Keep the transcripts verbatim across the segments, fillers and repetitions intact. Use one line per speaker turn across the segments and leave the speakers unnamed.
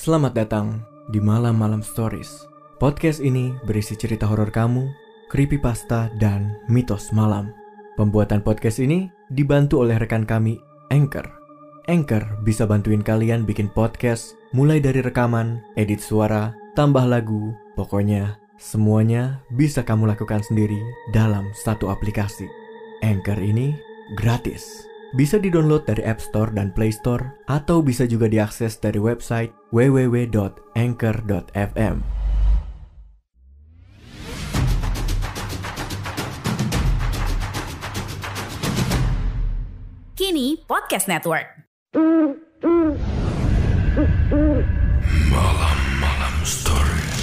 Selamat datang di Malam-Malam Stories. Podcast ini berisi cerita horor kamu, creepypasta, dan mitos malam. Pembuatan podcast ini dibantu oleh rekan kami, Anchor. Anchor bisa bantuin kalian bikin podcast mulai dari rekaman, edit suara, tambah lagu, pokoknya semuanya bisa kamu lakukan sendiri dalam satu aplikasi. Anchor ini gratis. Bisa di-download dari App Store dan Play Store, atau bisa juga diakses dari website w w w dot anchor dot f m.
Kini Podcast Network.
Malam-Malam Stories.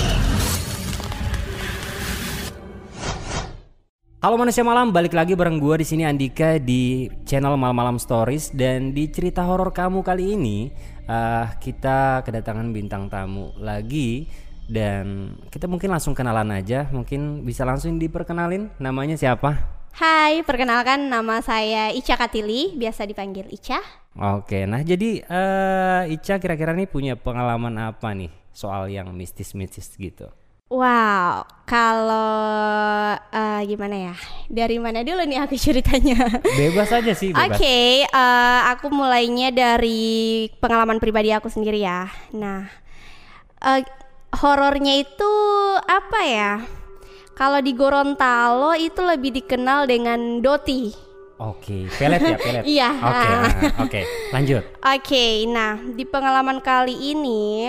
Halo manusia malam, balik lagi bareng gue di sini Andika di channel Malam-Malam Stories. Dan di cerita horor kamu kali ini uh, kita kedatangan bintang tamu lagi. Dan kita mungkin langsung kenalan aja. Mungkin bisa langsung diperkenalin namanya siapa?
Hai, perkenalkan nama saya Ica Katili, biasa dipanggil Ica.
Oke, nah jadi uh, Ica kira-kira nih punya pengalaman apa nih soal yang mistis-mistis gitu?
Wow, kalau uh, gimana ya? Dari mana dulu nih aku ceritanya?
Bebas aja sih, bebas.
Oke, okay, uh, aku mulainya dari pengalaman pribadi aku sendiri ya. Nah, uh, horornya itu apa ya? Kalau di Gorontalo itu lebih dikenal dengan Doti.
Oke, pelet ya, pelet.
Iya.
Oke, nah, oke, lanjut.
Oke, okay, nah di pengalaman kali ini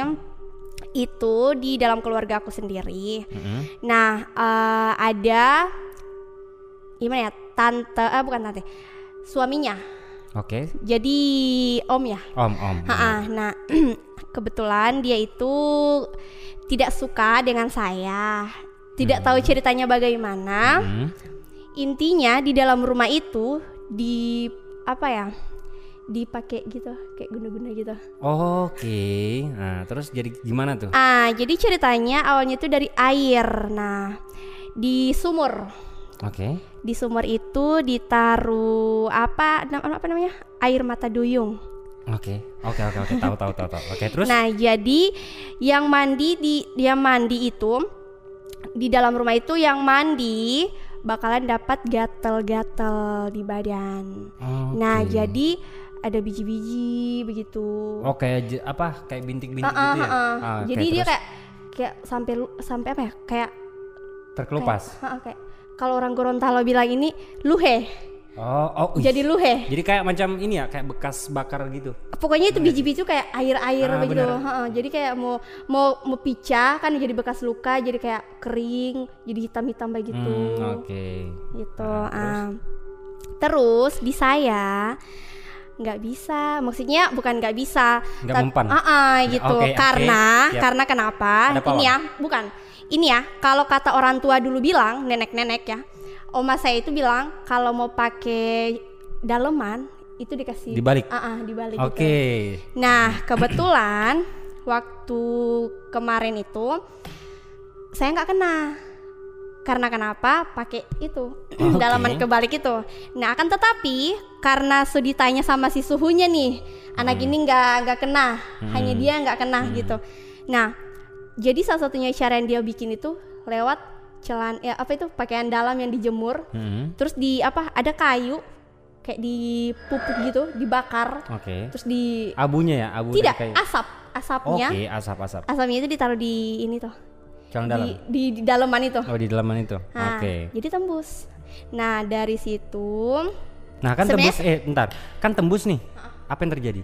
itu di dalam keluarga aku sendiri. Mm-hmm. Nah, uh, ada gimana ya? Tante, eh bukan tante, suaminya.
Oke. Okay.
Jadi om ya.
Om, om.
Ha-ha, nah, kebetulan dia itu tidak suka dengan saya. Tidak mm-hmm. tahu ceritanya bagaimana. Mm-hmm. Intinya di dalam rumah itu di apa ya? Dipakai gitu, kayak guna-guna gitu.
Oh, Oke, okay. Nah terus jadi gimana tuh?
Ah, jadi ceritanya awalnya itu dari air. Nah, di sumur.
Oke. Okay.
Di sumur itu ditaruh apa? Apa namanya? Air mata duyung.
Oke, oke, oke, oke. Tahu, tahu, tahu, tahu. Oke, terus?
Nah, jadi yang mandi di dia mandi itu di dalam rumah itu yang mandi bakalan dapat gatel-gatel di badan. Okay. Nah, jadi ada biji-biji begitu.
Oh kayak j- apa kayak bintik-bintik
uh, uh,
gitu ya.
Uh, uh.
Ah,
Jadi
okay,
dia
terus?
kayak kayak sampai sampai apa ya? Kayak
terkelupas.
Kayak, uh, kayak kalau orang Gorontalo bilang ini luhe.
Oh, oh.
Jadi luhe.
Jadi kayak macam ini ya, kayak bekas bakar gitu.
Pokoknya itu biji-biji itu kayak air-air
ah,
begitu. Uh, jadi kayak mau mau mau pecah kan jadi bekas luka, jadi kayak kering, jadi hitam-hitam begitu.
Hmm, Oke. Okay.
Gitu.
Nah, terus?
Uh, terus di saya nggak bisa, maksudnya bukan nggak bisa,
nggak mempan,
uh, uh, gitu,
okay,
karena
okay.
karena kenapa? Ini ya, bukan, ini ya, kalau kata orang tua dulu bilang, nenek-nenek ya, oma saya itu bilang kalau mau pakai daleman itu dikasih
dibalik,
uh, uh, dibalik.
Oke. Okay.
Gitu. Nah kebetulan waktu kemarin itu saya nggak kena. Karena kenapa? Pakai itu okay. dalaman kebalik itu. Nah akan tetapi karena sudah ditanya sama si suhunya nih, hmm. anak ini nggak nggak kena, hmm. hanya dia nggak kena hmm. gitu. Nah jadi salah satunya cara yang dia bikin itu lewat celan, ya apa itu pakaian dalam yang dijemur, hmm. terus di apa ada kayu kayak dipupuk gitu, dibakar,
okay.
terus di
abunya ya, abu
tidak
kayak...
asap asapnya,
Oke okay, asap asap,
asapnya itu ditaruh di ini tuh.
Dalam.
Di, di, di dalaman itu.
Oh di dalaman itu.
Nah, Oke. Okay. Jadi tembus. Nah dari situ.
Nah kan tembus. Eh bentar. Kan tembus nih. Uh-uh. Apa yang terjadi?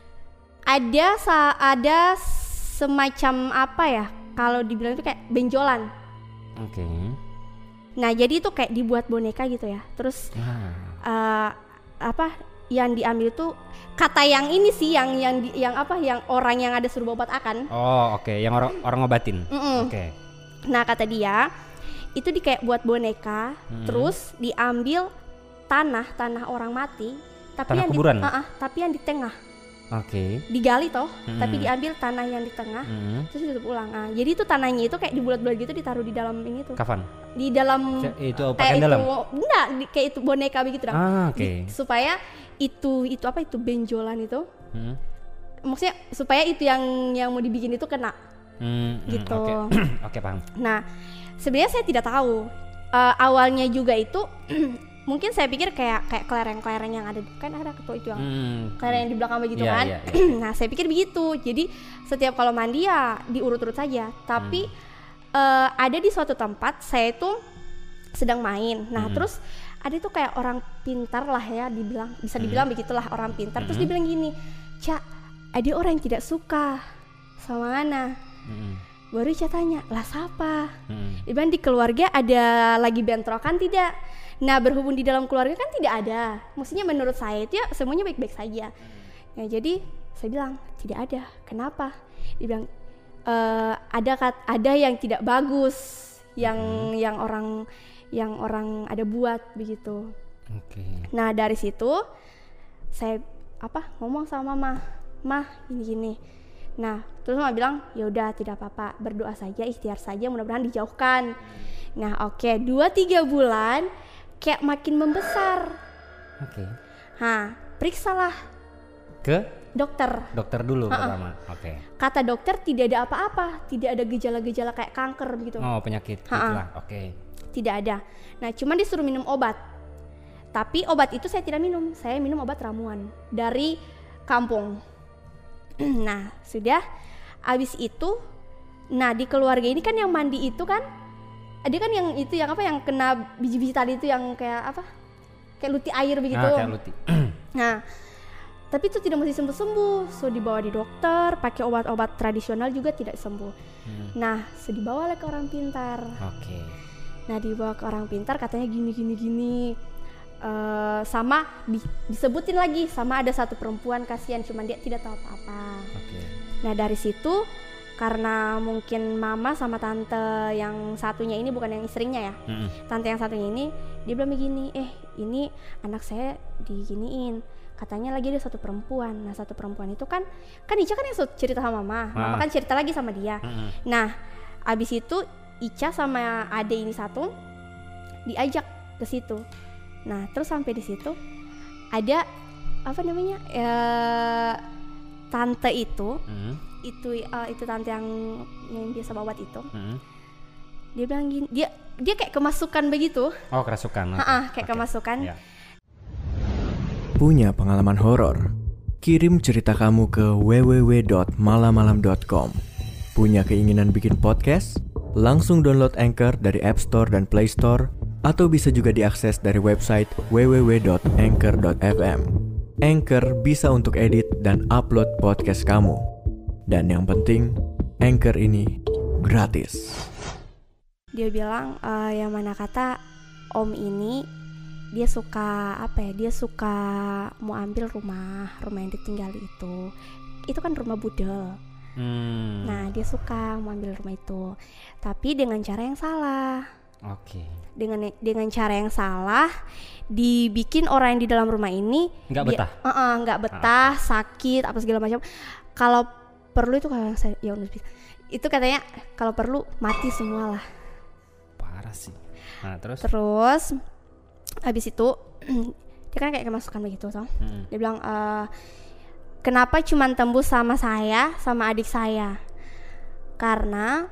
Ada sa- ada semacam apa ya? Kalau dibilang itu kayak benjolan.
Oke. Okay.
Nah jadi itu kayak dibuat boneka gitu ya. Terus ah. uh, apa? Yang diambil itu kata yang ini sih yang yang di, yang apa? Yang orang yang ada suruh obat akan.
Oh oke. Okay. Yang orang orang ngobatin. Oke. Okay.
Nah kata dia itu di kayak buat boneka, hmm. terus diambil tanah tanah orang mati, tapi
tanah
yang
kuburan.
Di, uh, uh, tapi yang di tengah.
Oke. Okay.
Digali toh, hmm. tapi diambil tanah yang di tengah, hmm. terus ditutup ulang. Nah, jadi itu tanahnya itu kayak dibulat-bulat gitu, ditaruh di dalam ini tuh.
Kafan.
Di dalam.
Itu pakaian dalam.
Enggak, di, kayak itu boneka begitu dah.
Ah, oke. Okay.
Supaya itu itu apa itu benjolan itu. Hmm. maksudnya supaya itu yang yang mau dibikin itu kena.
Hmm,
gitu.
Oke, okay. okay, paham.
Nah, sebenarnya saya tidak tahu. Uh, awalnya juga itu mungkin saya pikir kayak kayak kelereng-kelereng yang ada kan ada ketua itu yang hmm. kelereng yang di belakang begitu yeah, kan. Yeah, yeah. Nah, saya pikir begitu. Jadi setiap kalau mandi ya diurut-urut saja. Tapi hmm. uh, ada di suatu tempat saya itu sedang main. Nah, hmm. terus ada itu kayak orang pintar lah ya dibilang, bisa dibilang hmm. begitulah orang pintar. Hmm. Terus dibilang gini, "Cak, ada orang yang tidak suka sama Ana." Hmm. Baru Ica tanya, "Lah siapa?" Hmm. Dibilang di keluarga ada lagi bentrokan tidak? Nah, berhubung di dalam keluarga kan tidak ada. Maksudnya menurut saya itu ya semuanya baik-baik saja. Nah, jadi saya bilang, "Tidak ada." Kenapa? Dibilang e, ada kat, ada yang tidak bagus yang hmm. yang orang yang orang ada buat begitu.
Okay.
Nah, dari situ saya apa ngomong sama mama, "Mah, gini-gini." Nah, terus mama bilang, "Ya udah tidak apa-apa, berdoa saja, ikhtiar saja, mudah-mudahan dijauhkan." Nah, oke, okay, dua tiga bulan kayak makin membesar.
Oke. Okay.
Nah, periksalah
ke
dokter.
Dokter dulu
Ha-ha.
pertama. Oke. Okay.
Kata dokter tidak ada apa-apa, tidak ada gejala-gejala kayak kanker begitu.
Oh, penyakit itulah. Oke. Okay. Tidak
ada. Nah, cuma disuruh minum obat. Tapi obat itu saya tidak minum, saya minum obat ramuan dari kampung. Nah, sudah abis itu, nah di keluarga ini kan yang mandi itu kan, ada kan yang itu yang apa yang kena biji-biji tadi itu yang kayak apa, kayak luti air begitu.
Ah, kayak luti.
Nah, tapi itu tidak mesti sembuh-sembuh, so dibawa di dokter, pakai obat-obat tradisional juga tidak sembuh. Hmm. Nah, so dibawa ke orang pintar.
Oke. Okay.
Nah, dibawa ke orang pintar katanya gini-gini-gini. Uh, sama di, disebutin lagi sama ada satu perempuan kasihan cuman dia tidak tahu apa-apa.
Okay.
Nah, dari situ karena mungkin mama sama tante yang satunya ini bukan yang istrinya ya, mm-hmm. tante yang satunya ini dia bilang begini, eh ini anak saya diginiin, katanya lagi ada satu perempuan. Nah, satu perempuan itu kan kan Ica kan yang cerita sama mama, ah. mama kan cerita lagi sama dia. Mm-hmm. Nah, abis itu Ica sama ade ini satu diajak ke situ. Nah, terus sampai di situ ada apa namanya e, tante itu, mm. itu uh, itu tante yang yang biasa bawa obat itu. Mm. Dia bilang gini, dia dia kayak kemasukan begitu.
Oh, kerasukan.
Okay. Ha-ha, kayak okay. kemasukan.
Yeah.
Punya pengalaman horor? Kirim cerita kamu ke w w w dot malamalam dot com. Punya keinginan bikin podcast? Langsung download Anchor dari App Store dan Play Store. Atau bisa juga diakses dari website w w w dot anchor dot f m. Anchor bisa untuk edit dan upload podcast kamu. Dan yang penting, Anchor ini gratis.
Dia bilang, e, yang mana kata om ini dia suka apa ya? Dia suka mau ambil rumah, rumah yang ditinggali itu. Itu kan rumah budel. Hmm. Nah, dia suka mau ambil rumah itu, tapi dengan cara yang salah.
Oke. Okay.
Dengan dengan cara yang salah dibikin orang yang di dalam rumah ini
nggak betah,
dia, uh-uh, nggak betah, ah. sakit apa segala macam. Kalau perlu itu kalau saya ya itu katanya kalau perlu mati semua lah.
Parah sih. Nah, terus?
Terus habis itu dia kan kayak kemasukan begitu toh. Hmm. Dia bilang e, kenapa cuma tembus sama saya sama adik saya? Karena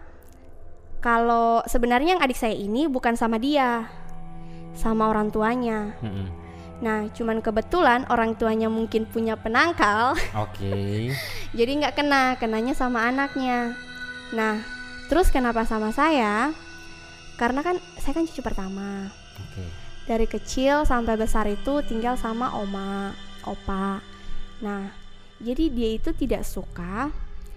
kalau sebenarnya yang adik saya ini bukan sama dia, sama orang tuanya. Mm-hmm. Nah, cuman kebetulan orang tuanya mungkin punya penangkal. Oke. Okay. Jadi nggak kena, kenanya sama anaknya. Nah, terus kenapa sama saya? Karena kan saya kan cucu pertama. Okay. Dari kecil sampai besar itu tinggal sama oma, opa. Nah, jadi dia itu tidak suka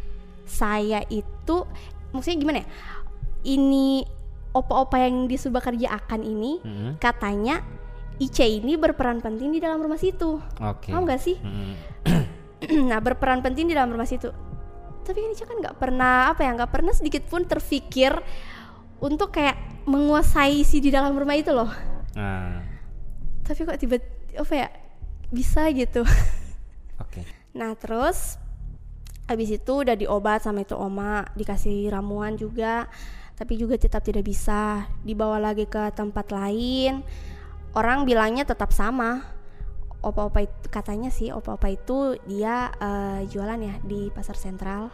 saya itu, maksudnya gimana ya? Ini opa-opa yang di Subakarja akan ini mm-hmm. katanya Ica ini berperan penting di dalam rumah situ. Oke. Okay. Paham gak sih? Mm-hmm. Nah, berperan penting di dalam rumah situ. Tapi kan Ica kan nggak pernah apa ya, nggak pernah sedikit pun terfikir untuk kayak menguasai si di dalam rumah itu loh. Nah. Tapi kok tiba apa ya bisa gitu. Oke. Okay. Nah, terus habis itu udah diobat sama itu oma, dikasih ramuan juga. Tapi juga tetap tidak bisa, dibawa lagi ke tempat lain. Orang bilangnya tetap sama. opa-opa itu katanya sih opa-opa itu dia uh, jualan ya di pasar sentral.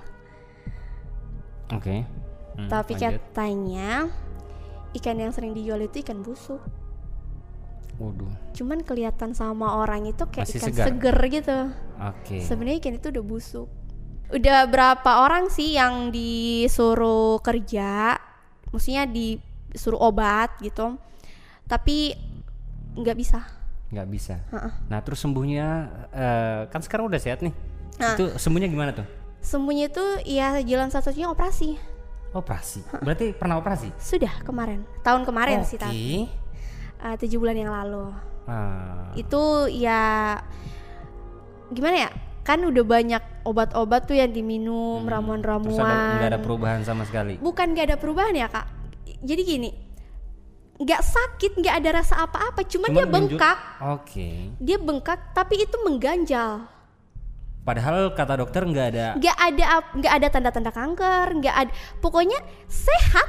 Oke. Okay. Hmm,
Tapi
lanjut.
katanya ikan yang sering dijual itu ikan busuk.
Waduh.
Cuman kelihatan sama orang itu kayak
Masih
ikan
segar.
seger gitu.
Oke. Okay.
Sebenarnya ikan itu udah busuk. Udah berapa orang sih yang disuruh kerja, maksudnya disuruh obat gitu, tapi nggak bisa.
Nggak bisa.
Uh-uh.
Nah terus sembuhnya uh, kan sekarang udah sehat nih.
Nah.
Itu sembuhnya gimana tuh?
Sembuhnya itu ya jalan satu-satunya operasi.
Operasi. Berarti pernah operasi?
Sudah kemarin, tahun kemarin
Oke.
sih tapi uh, tujuh bulan yang lalu.
Ah.
Itu ya gimana ya? Kan udah banyak obat-obat tuh yang diminum,
Hmm.
ramuan-ramuan.
Terus ada, nggak ada perubahan sama sekali?
Bukan nggak ada perubahan ya kak. Jadi gini, nggak sakit, nggak ada rasa apa-apa, cuman,
Cuman
dia
benju-
bengkak.
Oke.
Dia bengkak, tapi itu mengganjal.
Padahal kata dokter nggak ada.
Nggak ada ap- nggak ada tanda-tanda kanker, nggak ada. Pokoknya sehat.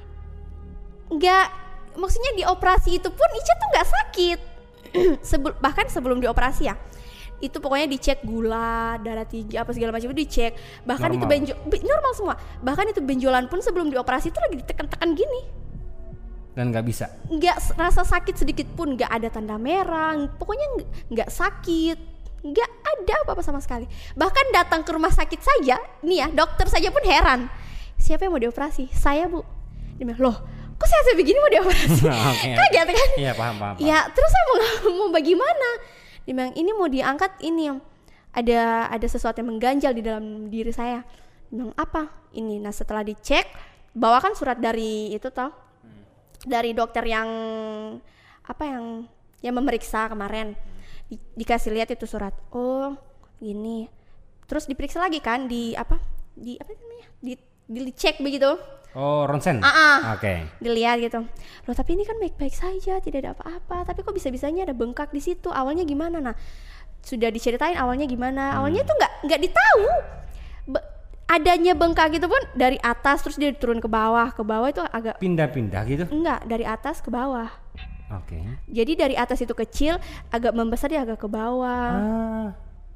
Nggak, maksudnya di operasi itu pun Ica tuh nggak sakit. Sebel, bahkan sebelum dioperasi ya, itu pokoknya dicek gula, darah tinggi, apa segala macam itu dicek. Bahkan
Normal.
itu benjol, be- normal semua. Bahkan itu benjolan pun sebelum dioperasi itu lagi ditekan-tekan gini.
Dan nggak bisa.
Nggak s- rasa sakit sedikit pun, nggak ada tanda merah, pokoknya nggak- nggak sakit, nggak ada apa-apa sama sekali. Bahkan datang ke rumah sakit saja, nih ya dokter saja pun heran, siapa yang mau dioperasi? Saya bu. Dia bilang, loh kok saya saya begini mau dioperasi?
Oke.
Kaget kan?
Iya paham paham. paham.
Ya terus saya mau mau bagaimana? Dia bilang ini mau diangkat ini yang ada ada sesuatu yang mengganjal di dalam diri saya. Dia bilang apa? Ini. Nah setelah dicek, bawakan surat dari itu tau, dari dokter yang apa yang yang memeriksa kemarin. Di, dikasih lihat itu surat. Oh gini. Terus diperiksa lagi kan di apa? Di apa namanya? Di dicek begitu.
Oh ronsen.
Ah, ah.
Oke.
Dilihat gitu. Loh tapi ini kan baik-baik saja, tidak ada apa-apa. Tapi kok bisa-bisanya ada bengkak di situ? Awalnya gimana? Nah, sudah diceritain awalnya gimana? Awalnya tuh nggak nggak ditahu. Be- adanya bengkak itu pun dari atas terus dia turun ke bawah. Ke bawah itu agak
Pindah-pindah gitu.
enggak, dari atas ke bawah.
Oke.
Jadi dari atas itu kecil, agak membesar dia agak ke bawah.
Ah.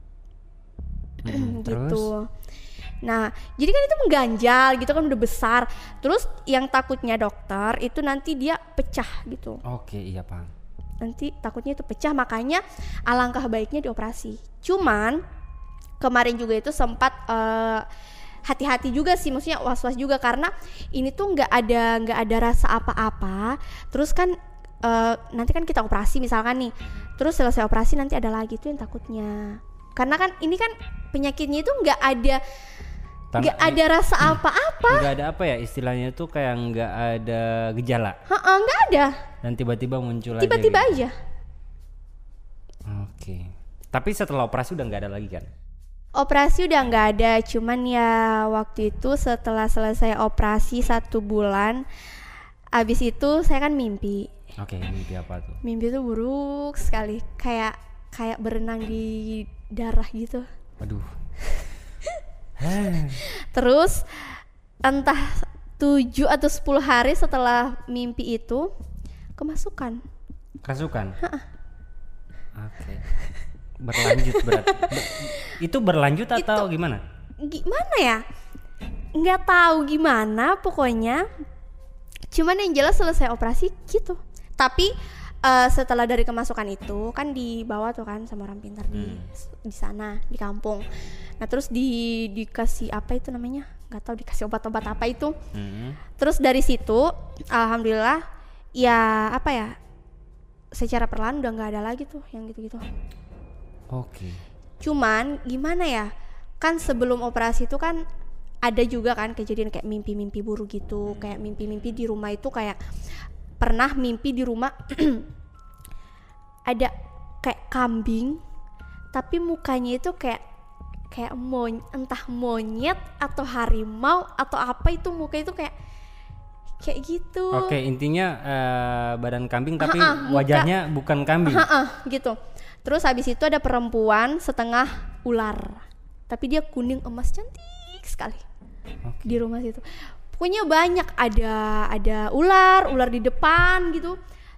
Hmm,
gitu.
terus?
Nah, jadi kan itu mengganjal gitu kan udah besar. Terus yang takutnya dokter itu nanti dia pecah gitu.
Oke iya paham.
Nanti takutnya itu pecah, makanya alangkah baiknya dioperasi. Cuman kemarin juga itu sempat uh, hati-hati juga sih, maksudnya was-was juga karena ini tuh nggak ada nggak ada rasa apa-apa. Terus kan uh, nanti kan kita operasi misalkan nih, terus selesai operasi nanti ada lagi tuh yang takutnya. Karena kan ini kan penyakitnya itu nggak ada
Tan-
nggak ada rasa apa-apa.
Nggak ada apa ya istilahnya tuh kayak nggak ada gejala
Heeh, nggak ada.
dan tiba-tiba muncul
Tiba-tiba
aja. gitu.
aja.
Oke. Tapi setelah operasi udah nggak ada lagi kan?
Operasi udah nggak ada, cuman ya waktu itu setelah selesai operasi satu bulan, abis itu saya kan mimpi.
Oke, mimpi apa tuh?
Mimpi itu buruk sekali, kayak kayak berenang di darah gitu.
Waduh.
Terus entah tujuh atau sepuluh hari setelah mimpi itu kemasukan.
Kerasukan? Oke. Berlanjut berat. Ber- itu berlanjut atau
Itu-
gimana?
Gimana ya? Nggak tahu gimana pokoknya. Cuman yang jelas selesai operasi gitu. Tapi uh, setelah dari kemasukan itu kan dibawa tuh kan sama orang pintar di di sana di kampung. Nah terus di dikasih apa itu namanya? Nggak tahu dikasih obat-obat apa itu.
Hmm.
Terus dari situ alhamdulillah ya apa ya? Secara perlahan udah nggak ada lagi tuh yang gitu-gitu.
Oke.
Cuman gimana ya? Kan sebelum operasi itu kan ada juga kan kejadian kayak mimpi-mimpi buruk gitu, kayak mimpi-mimpi di rumah itu kayak pernah mimpi di rumah ada kayak kambing tapi mukanya itu kayak kayak mon entah monyet atau harimau atau apa itu muka itu kayak kayak gitu.
Oke, intinya eh, badan kambing tapi
Ha-ha, muka-
wajahnya bukan kambing.
Ha-ha, gitu. Terus habis itu ada perempuan setengah ular. Tapi dia kuning emas cantik sekali.
Oke.
Di rumah situ. Pokoknya banyak ada ada ular, ular di depan gitu.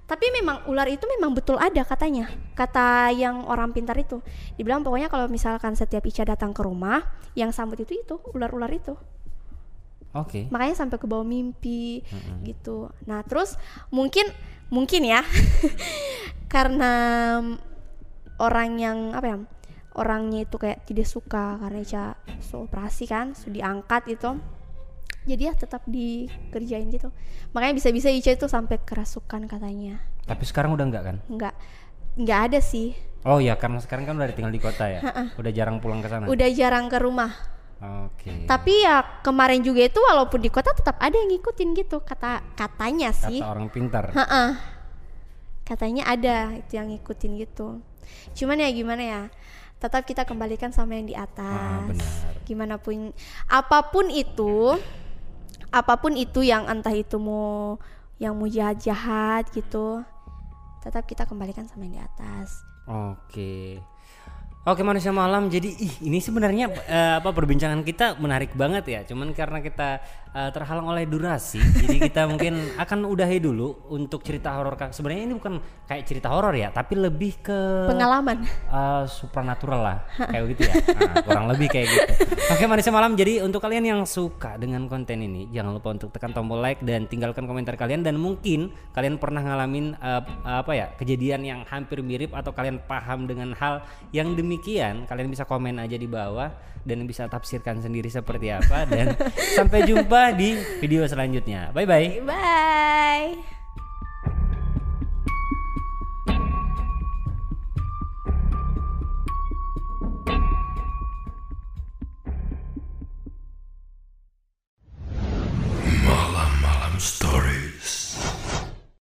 Tapi memang ular itu memang betul ada katanya. Kata yang orang pintar itu, dibilang pokoknya kalau misalkan setiap Ica datang ke rumah, yang sambut itu itu ular-ular itu.
Oke. Okay.
Makanya sampai ke bawah mimpi mm-hmm. gitu. Nah terus mungkin mungkin ya karena orang yang apa ya orangnya itu kayak tidak suka karena Ica operasi kan, sudah diangkat itu. Jadi ya tetap dikerjain gitu. Makanya bisa-bisa Ica itu sampai kerasukan katanya.
Tapi sekarang udah enggak kan?
Enggak. Enggak ada sih.
Oh ya, karena sekarang kan udah tinggal di kota ya. Udah jarang pulang ke sana.
Udah jarang ke rumah.
Oke. Okay.
Tapi ya kemarin juga itu walaupun di kota tetap ada yang ngikutin gitu kata katanya sih.
Kata orang pintar.
Ha-ha. Katanya ada itu yang ngikutin gitu. Cuman ya gimana ya? Tetap kita kembalikan sama yang di atas.
Ah, benar.
Gimana pun apapun itu apapun itu yang entah itu mau yang mau jahat-jahat gitu, tetap kita kembalikan sama yang di atas.
Oke. Oke manusia malam, jadi ih ini sebenarnya uh, apa perbincangan kita menarik banget ya. Cuman karena kita uh, terhalang oleh durasi, jadi kita mungkin akan udahi dulu untuk cerita horor. Sebenarnya ini bukan kayak cerita horor ya, tapi lebih ke
pengalaman
uh, supranatural lah, kayak gitu ya. Nah, kurang lebih kayak gitu. Oke manusia malam, jadi untuk kalian yang suka dengan konten ini, jangan lupa untuk tekan tombol like dan tinggalkan komentar kalian. Dan mungkin kalian pernah ngalamin uh, apa ya kejadian yang hampir mirip atau kalian paham dengan hal yang demikian. Demikian, kalian bisa komen aja di bawah dan bisa tafsirkan sendiri seperti apa. Dan sampai jumpa di video selanjutnya. Bye bye.
Bye.